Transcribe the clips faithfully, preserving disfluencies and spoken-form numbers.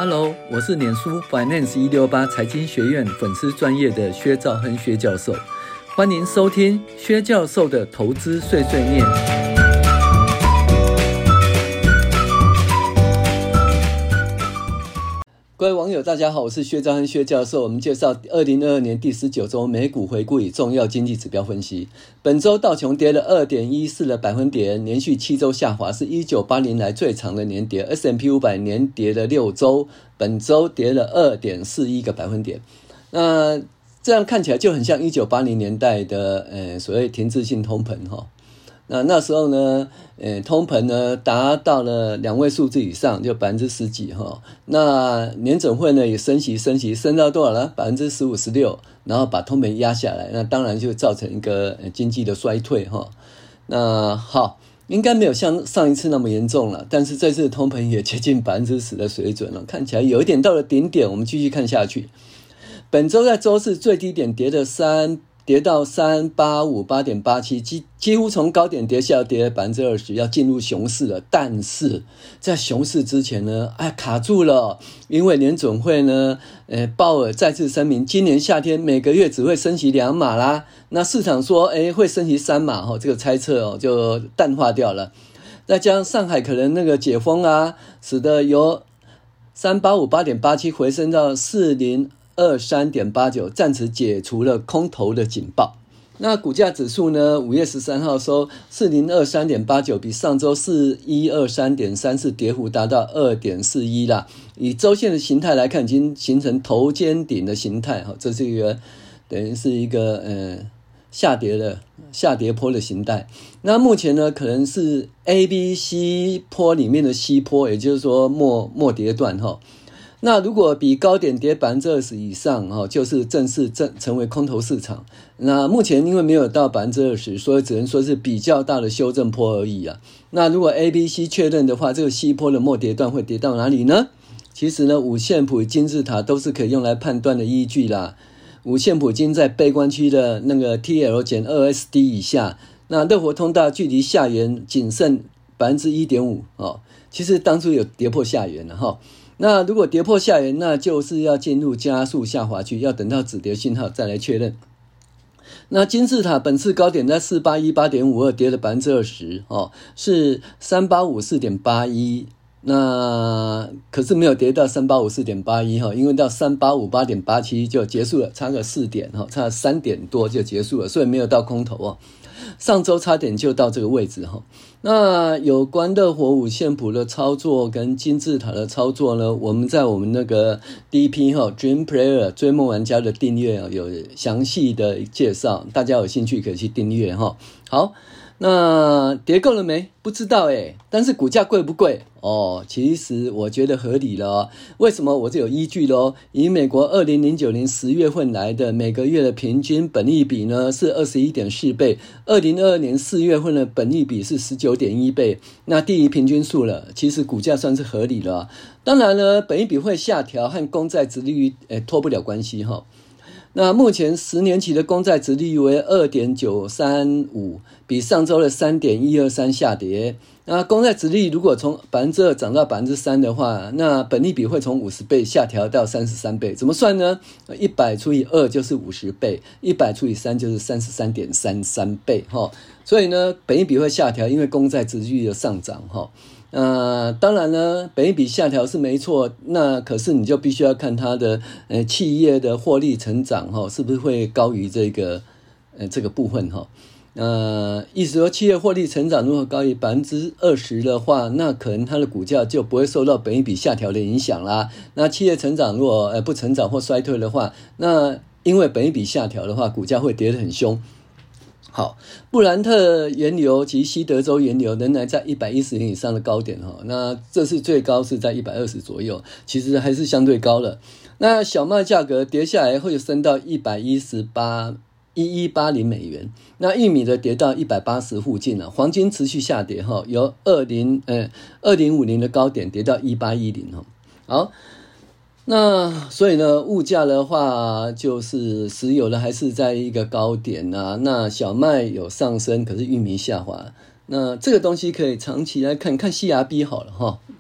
Hello， 我是脸书 Finance 一六八财经学院粉丝专业的薛兆亨薛教授，欢迎收听薛教授的投资碎碎念。各位网友大家好，我是薛兆亨薛教授。我们介绍二零二二年第十九周美股回顾与重要经济指标分析。本周道琼跌了 二点一四 的百分点，连续七周下滑，是一九八零来最长的年跌。 S and P 五百 连跌了六周，本周跌了 二点四一 个百分点。那这样看起来就很像一九八零年代的呃所谓停滞性通膨齁。那那时候呢，呃，通膨呢达到了两位数字以上，就百分之十几哈。那联准会呢也升息升息，升到多少呢？百分之十五、十六，然后把通膨压下来。那当然就造成一个经济的衰退哈。那好，应该没有像上一次那么严重了，但是这次通膨也接近百分之十的水准了，看起来有一点到了顶点。我们继续看下去。本周在周四最低点跌了三。跌到三八五 八点八七， 几几乎从高点跌下，跌了 百分之二十， 要进入熊市了。但是在熊市之前呢，哎，卡住了，因为联准会呢，呃，鲍尔再次声明，今年夏天每个月只会升息两码啦。那市场说，哎，会升息三码哈，这个猜测哦就淡化掉了。再加上上海可能那个解封啊，使得由三八五 八点八七 回升到四零二三点八九， 暂时解除了空头的警报。那股价指数呢，五月十三号收 四零二三点八九， 比上周 四一二三点三四 跌幅达到 二点四一 啦。以周线的形态来看，已经形成头肩顶的形态，这是一个等于是一个呃下跌的下跌坡的形态。那目前呢，可能是 A、B、C 坡里面的 C 坡，也就是说末末跌段哈。那如果比高点跌 百分之二十 以上，就是正式正成为空头市场。那目前因为没有到 百分之二十， 所以只能说是比较大的修正波而已啊。那如果 A、B、C 确认的话，这个 C 波的末跌段会跌到哪里呢？其实呢，五线谱、金字塔都是可以用来判断的依据啦。五线谱金在悲观区的那个 T L 减 二 S D 以下，那热活通道距离下缘仅剩 百分之一点五， 其实当初有跌破下缘了哈。那如果跌破下缘，那就是要进入加速下滑区，要等到止跌信号再来确认。那金字塔本次高点在 四八一 八点五二， 跌了 百分之二十， 哦，是 三八五四点八一， 那可是没有跌到 三八五四点八一， 因为到 三八五 八点八七 就结束了，差个四点，差三点多就结束了，所以没有到空头哦。上周差点就到这个位置哈。那有关热火五线谱的操作跟金字塔的操作呢，我们在我们那个 D P 哈 Dream Player 追梦玩家的订阅有详细的介绍，大家有兴趣可以去订阅哈。好，那跌够了没？不知道诶，但是股价贵不贵？哦，其实我觉得合理了哦。为什么？我就有依据咯。以美国二零零九年十月份来的每个月的平均本益比呢是 二十一点四倍，二零二二年四月份的本益比是 十九点一倍，那低于平均数了，其实股价算是合理了哦。当然呢，本益比会下调和公债殖利率诶脱不了关系哈。那目前十年期的公债殖利率为 二点九三五， 比上周的 三点一二三 下跌。那公债殖利率如果从 百分之二 涨到 百分之三 的话，那本益比会从五十倍下调到三十三倍。怎么算呢？一百除以二就是五十倍，一百除以三就是 三十三点三三倍齁。所以呢，本益比会下调，因为公债殖利率的上涨齁。呃，当然呢，本益比下调是没错，那可是你就必须要看它的呃企业的获利成长哈，是不是会高于这个呃这个部分哈？呃，意思说企业获利成长如果高于 百分之二十 的话，那可能它的股价就不会受到本益比下调的影响啦。那企业成长如果呃不成长或衰退的话，那因为本益比下调的话，股价会跌得很凶。好，布兰特原油及西德州原油仍然在一百一十年以上的高点哈，那这是最高是在一百二十左右，其实还是相对高了。那小麦价格跌下来会升到一百一十八一一八零美元，那玉米的跌到一百八十附近了，黄金持续下跌哈，由二零呃二零五零的高点跌到一八一零哈。好。那所以呢，物价的话，就是石油呢还是在一个高点啊。那小麦有上升，可是玉米下滑。那这个东西可以长期来看，看 C R B 好了哈。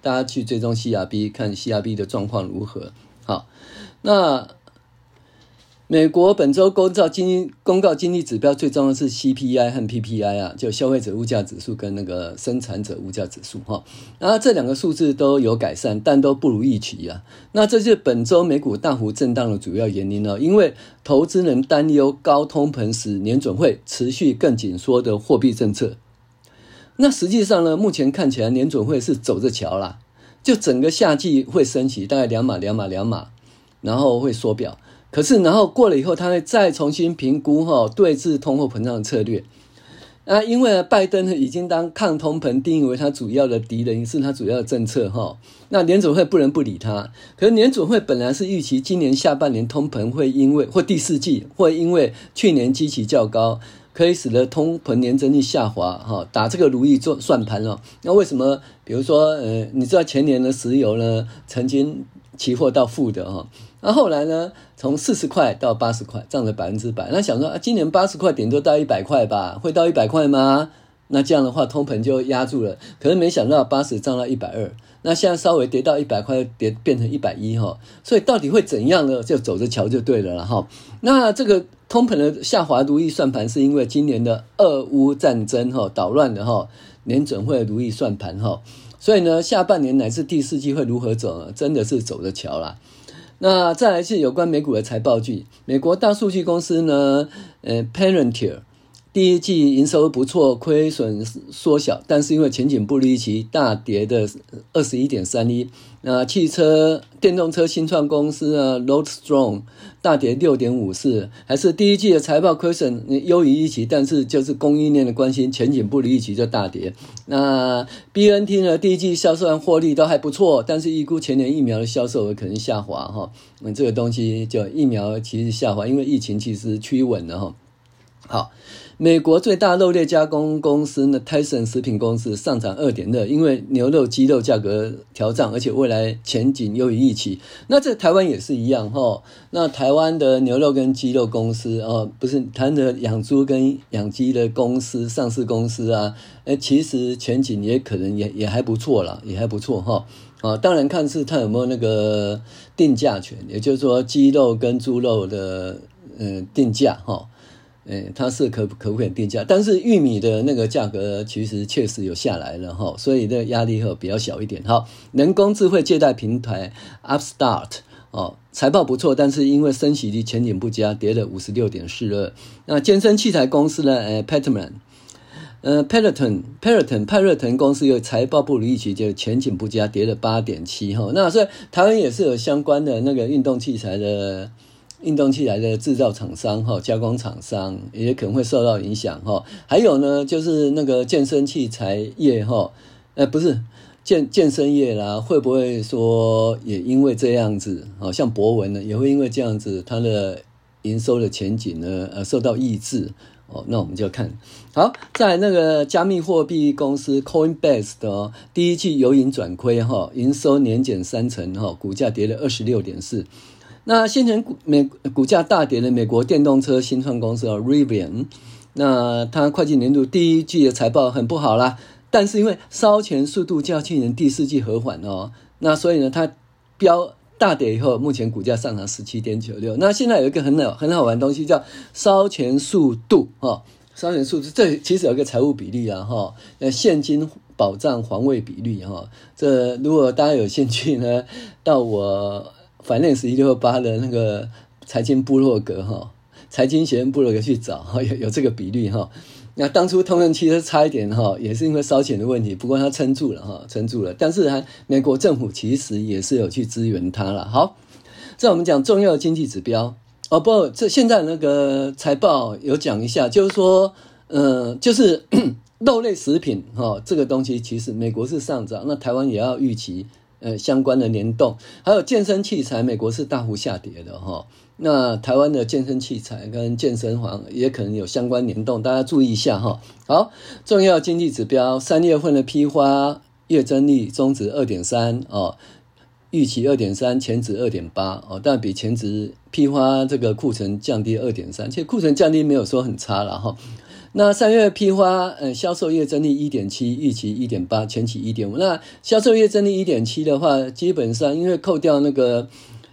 大家去追踪 C R B 看 C R B 的状况如何。好，那美国本周公告经济公告经济指标最重要的是 C P I 和 P P I 啊，就消费者物价指数跟那个生产者物价指数哈。然后这两个数字都有改善，但都不如预期啊。那这是本周美股大幅震荡的主要原因哦，因为投资人担忧高通膨使联准会持续更紧缩的货币政策。那实际上呢，目前看起来联准会是走着瞧啦，就整个夏季会升息，大概两码两码两码，然后会缩表。可是，然后过了以后，他会再重新评估哈、哦、对峙通货膨胀的策略。啊，因为拜登已经当抗通膨定义为他主要的敌人，是他主要的政策哈、哦。那联准会不能不理他。可是联准会本来是预期今年下半年通膨会因为或第四季会因为去年基期较高，可以使得通膨年增率下滑哈、哦，打这个如意做算盘了、哦。那为什么？比如说，呃，你知道前年的石油呢，曾经期货到负的哈、哦。那后来呢，从四十块到八十块，涨了百分之百。那想说啊，今年八十块顶多到一百块吧，会到一百块吗？那这样的话，通膨就压住了。可是没想到八十涨到一百二，那现在稍微跌到一百块，跌变成一百一哈。所以到底会怎样呢？就走着瞧就对了啦哈。那这个通膨的下滑如意算盘，是因为今年的俄乌战争哈捣乱的哈，联准会如意算盘哈。所以呢，下半年乃至第四季会如何走呢？真的是走着瞧啦。那再来是有关美股的财报季，美国大数据公司呢，呃 Palantir 第一季营收不错，亏损缩小，但是因为前景不如预期，大跌的 二十一点三一。那汽车电动车新创公司啊 Roadstrong 大跌 六点五四， 还是第一季的财报亏损优于预期，但是就是供应链的关系，前景不如预期就大跌。那 B N T 呢，第一季销售和获利都还不错，但是预估前年疫苗的销售额可能下滑哈。嗯，这个东西就疫苗其实下滑，因为疫情其实趋稳了哈。好，美国最大肉类加工公司呢 Tyson 食品公司上涨 二点二， 因为牛肉鸡肉价格调涨，而且未来前景优于预期。那这台湾也是一样齁，那台湾的牛肉跟鸡肉公司哦，不是台湾的养猪跟养鸡的公司上市公司啊，诶其实前景也可能也也还不错啦，也还不错齁。啊，当然看是它有没有那个定价权，也就是说鸡肉跟猪肉的呃定价齁。诶，它是可可不可以定价？但是玉米的那个价格其实确实有下来了哈，所以这个压力会比较小一点。好，人工智慧借贷平台 Upstart 哦，财报不错，但是因为升息率前景不佳，跌了 五十六点四二。那健身器材公司呢？诶 Peloton 呃 Peloton Peloton 派热腾公司有财报不如预期，就前景不佳，跌了 八点七 哈。那所以台湾也是有相关的那个运动器材的。运动器材的制造厂商哈，加工厂商也可能会受到影响哈。还有呢，就是那个健身器材业哈，呃，不是健健身业啦，会不会说也因为这样子，好像博文呢，也会因为这样子，它的营收的前景呢，呃，受到抑制哦。那我们就看好，在那个加密货币公司 Coinbase 的、哦、第一季由盈转亏哈，营收年减三成哈，股价跌了 二十六点四。那先前股美股价大跌的美国电动车新创公司哦 Rivian， 那它会计年度第一季的财报很不好啦，但是因为烧钱速度较去年第四季和缓哦，那所以呢它飙大跌以后，目前股价上涨 十七点九六。那现在有一个很好很好玩的东西叫烧钱速度哦，烧钱速度这其实有一个财务比例啊哈，呃现金保障环卫比率哈，这如果大家有兴趣呢，到我Finance 一六二八的那个财经部落格哈，财经学院部落格去找哈，有有这个比率哈。那当初通用汽车差一点哈，也是因为烧钱的问题，不过它撑住了哈，撑住了。但是还美国政府其实也是有去支援它了。好，这我们讲重要的经济指标哦，不，这现在那个财报有讲一下，就是说，呃，就是肉类食品哈，这个东西其实美国是上涨，那台湾也要预期。呃，相关的联动，还有健身器材，美国是大幅下跌的哈。那台湾的健身器材跟健身房也可能有相关联动，大家注意一下哈。好，重要经济指标，三月份的批发月增率终值 二点三 哦，预期 二点三， 前值 二点八 哦，但比前值批发这个库存降低 二点三， 其实库存降低没有说很差啦哈。 那三月批发，呃，销售月增率 一点七， 预期 一点八， 前期 一点五。那销售月增率 一点七 的话，基本上因为扣掉那个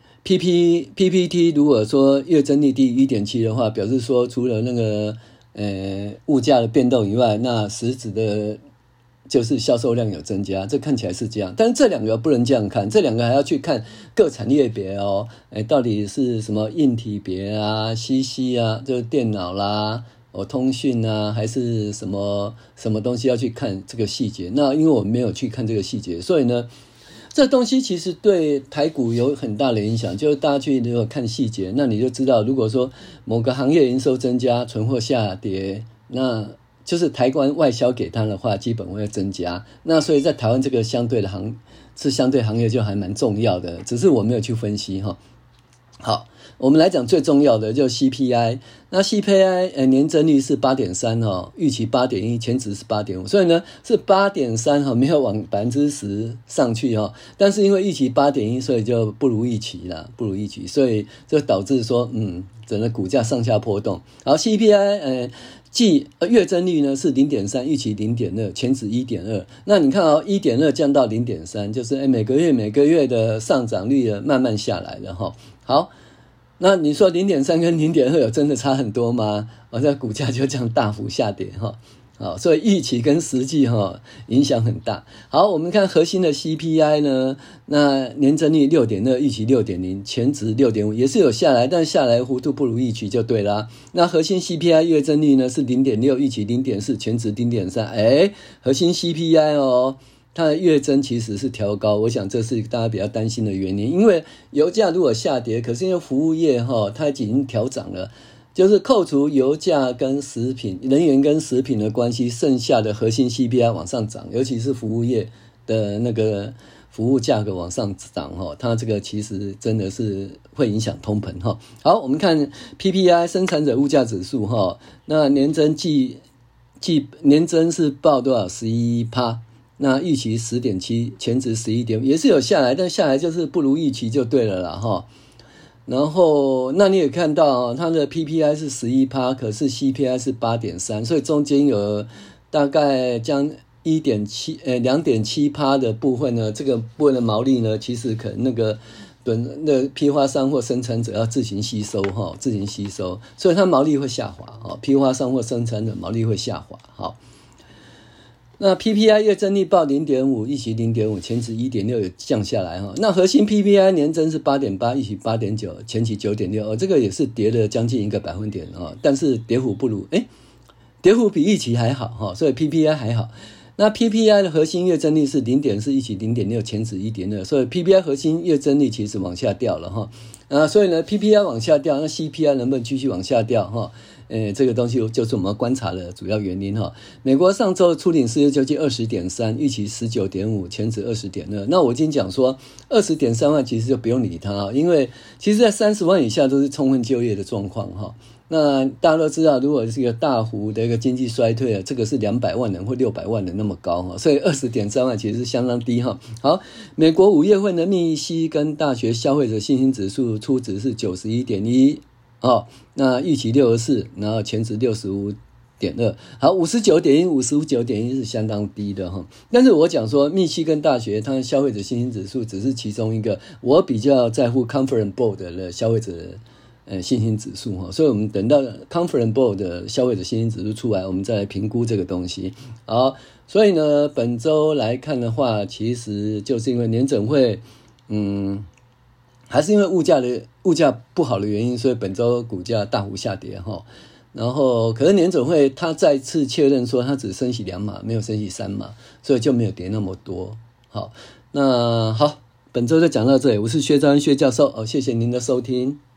P P P P T， 如果说月增率低于 一点七 的话，表示说除了那个呃物价的变动以外，那实质的就是销售量有增加，这看起来是这样。但是这两个不能这样看，这两个还要去看各产业别哦，哎，到底是什么硬体别啊 ，C C 啊，就是电脑啦。哦，通讯啊，还是什么什么东西要去看这个细节？那因为我没有去看这个细节，所以呢，这东西其实对台股有很大的影响。就是大家去如果看细节，那你就知道，如果说某个行业营收增加，存货下跌，那就是台湾外销给他的话，基本会增加。那所以在台湾这个相对的行是相对行业就还蛮重要的，只是我没有去分析哈。好，我们来讲最重要的就是 C P I。那 C P I 呃年增率是 八点三 哦，预期 八点一， 前值是 八点五， 所以呢是 八点三 哈，没有往 百分之十 上去哈，但是因为预期 八点一， 所以就不如预期啦，不如预期，所以就导致说嗯整个股价上下波动。然后 C P I 呃季呃月增率呢是 零点三， 预期 零点二， 前值 一点二。那你看哦 一点二 降到 零点三， 就是诶每个月每个月的上涨率慢慢下来了哈。好，那你说 零点三 跟 零点二 有真的差很多吗？哦，这股价就这样大幅下跌哈。好，所以预期跟实际哈影响很大。好，我们看核心的 C P I 呢，那年增率 六点二， 预期 六点零， 前值 六点五， 也是有下来，但下来幅度不如预期就对啦。那核心 C P I 月增率呢是 零点六， 预期 零点四， 前值 零点三。哎，核心 C P I 哦，它的月增其实是调高，我想这是大家比较担心的原因。因为油价如果下跌，可是因为服务业哈它已经调涨了。就是扣除油价跟食品、能源跟食品的关系，剩下的核心 C P I 往上涨，尤其是服务业的那个服务价格往上涨哈，它这个其实真的是会影响通膨哈。好，我们看 P P I 生产者物价指数哈，那年增季季年增是报多少 百分之十一， 那预期 十点七， 前值 十一点五， 也是有下来，但下来就是不如预期就对了啦哈。然后那你也看到它的 P P I 是 十一， 可是 C P I 是 八点三， 所以中间有大概将 一点七 呃 两点七 的部分呢，这个部分的毛利呢其实可能那个本那批发商或生产者要自行吸收哈，自行吸收，所以它毛利会下滑哈，批发商或生产者毛利会下滑哈。那 P P I 月增率报 零点五， 预期 零点五， 前值 一点六 有降下来哈。那核心 P P I 年增是 八点八， 预期 八点九， 前期 九点六， 哦，这个也是跌了将近一个百分点哦，但是跌幅不如诶跌幅比预期还好哈，所以 P P I 还好。那 P P I 的核心月增率是 零点四， 预期 零点六， 前值 一点二， 所以 P P I 核心月增率其实往下掉了哈。啊，所以呢 P P I 往下掉，那 C P I 能不能继续往下掉哈？呃，这个东西就是我们观察的主要原因哈。美国上周初领失业救济 二十点三， 预期 十九点五， 前值 二十点二。那我已经讲说 二十点三万其实就不用理它，因为其实在三十万以下都是充分就业的状况哈。那大家都知道，如果是一个大幅的一个经济衰退啊，这个是两百万人或六百万人那么高哈，所以 二十点三万其实是相当低哈。好，美国五月份的密西根大学消费者信心指数初值是 九十一点一。哦，那预期六十四，然后前值 六十五点二， 好 五十九点一， 五十九点一 是相当低的哈。但是我讲说密西根大学它的消费者信心指数只是其中一个，我比较在乎 Conference Board 的消费者呃信心指数哈，所以我们等到 Conference Board 的消费者信心指数出来，我们再来评估这个东西。好，所以呢本周来看的话，其实就是因为年整会嗯还是因为物价的物价不好的原因，所以本周股价大幅下跌哈。然后可是联准会他再次确认说他只升息两码，没有升息三码，所以就没有跌那么多。好，那好，本周就讲到这里，我是薛兆恩薛教授哦，谢谢您的收听。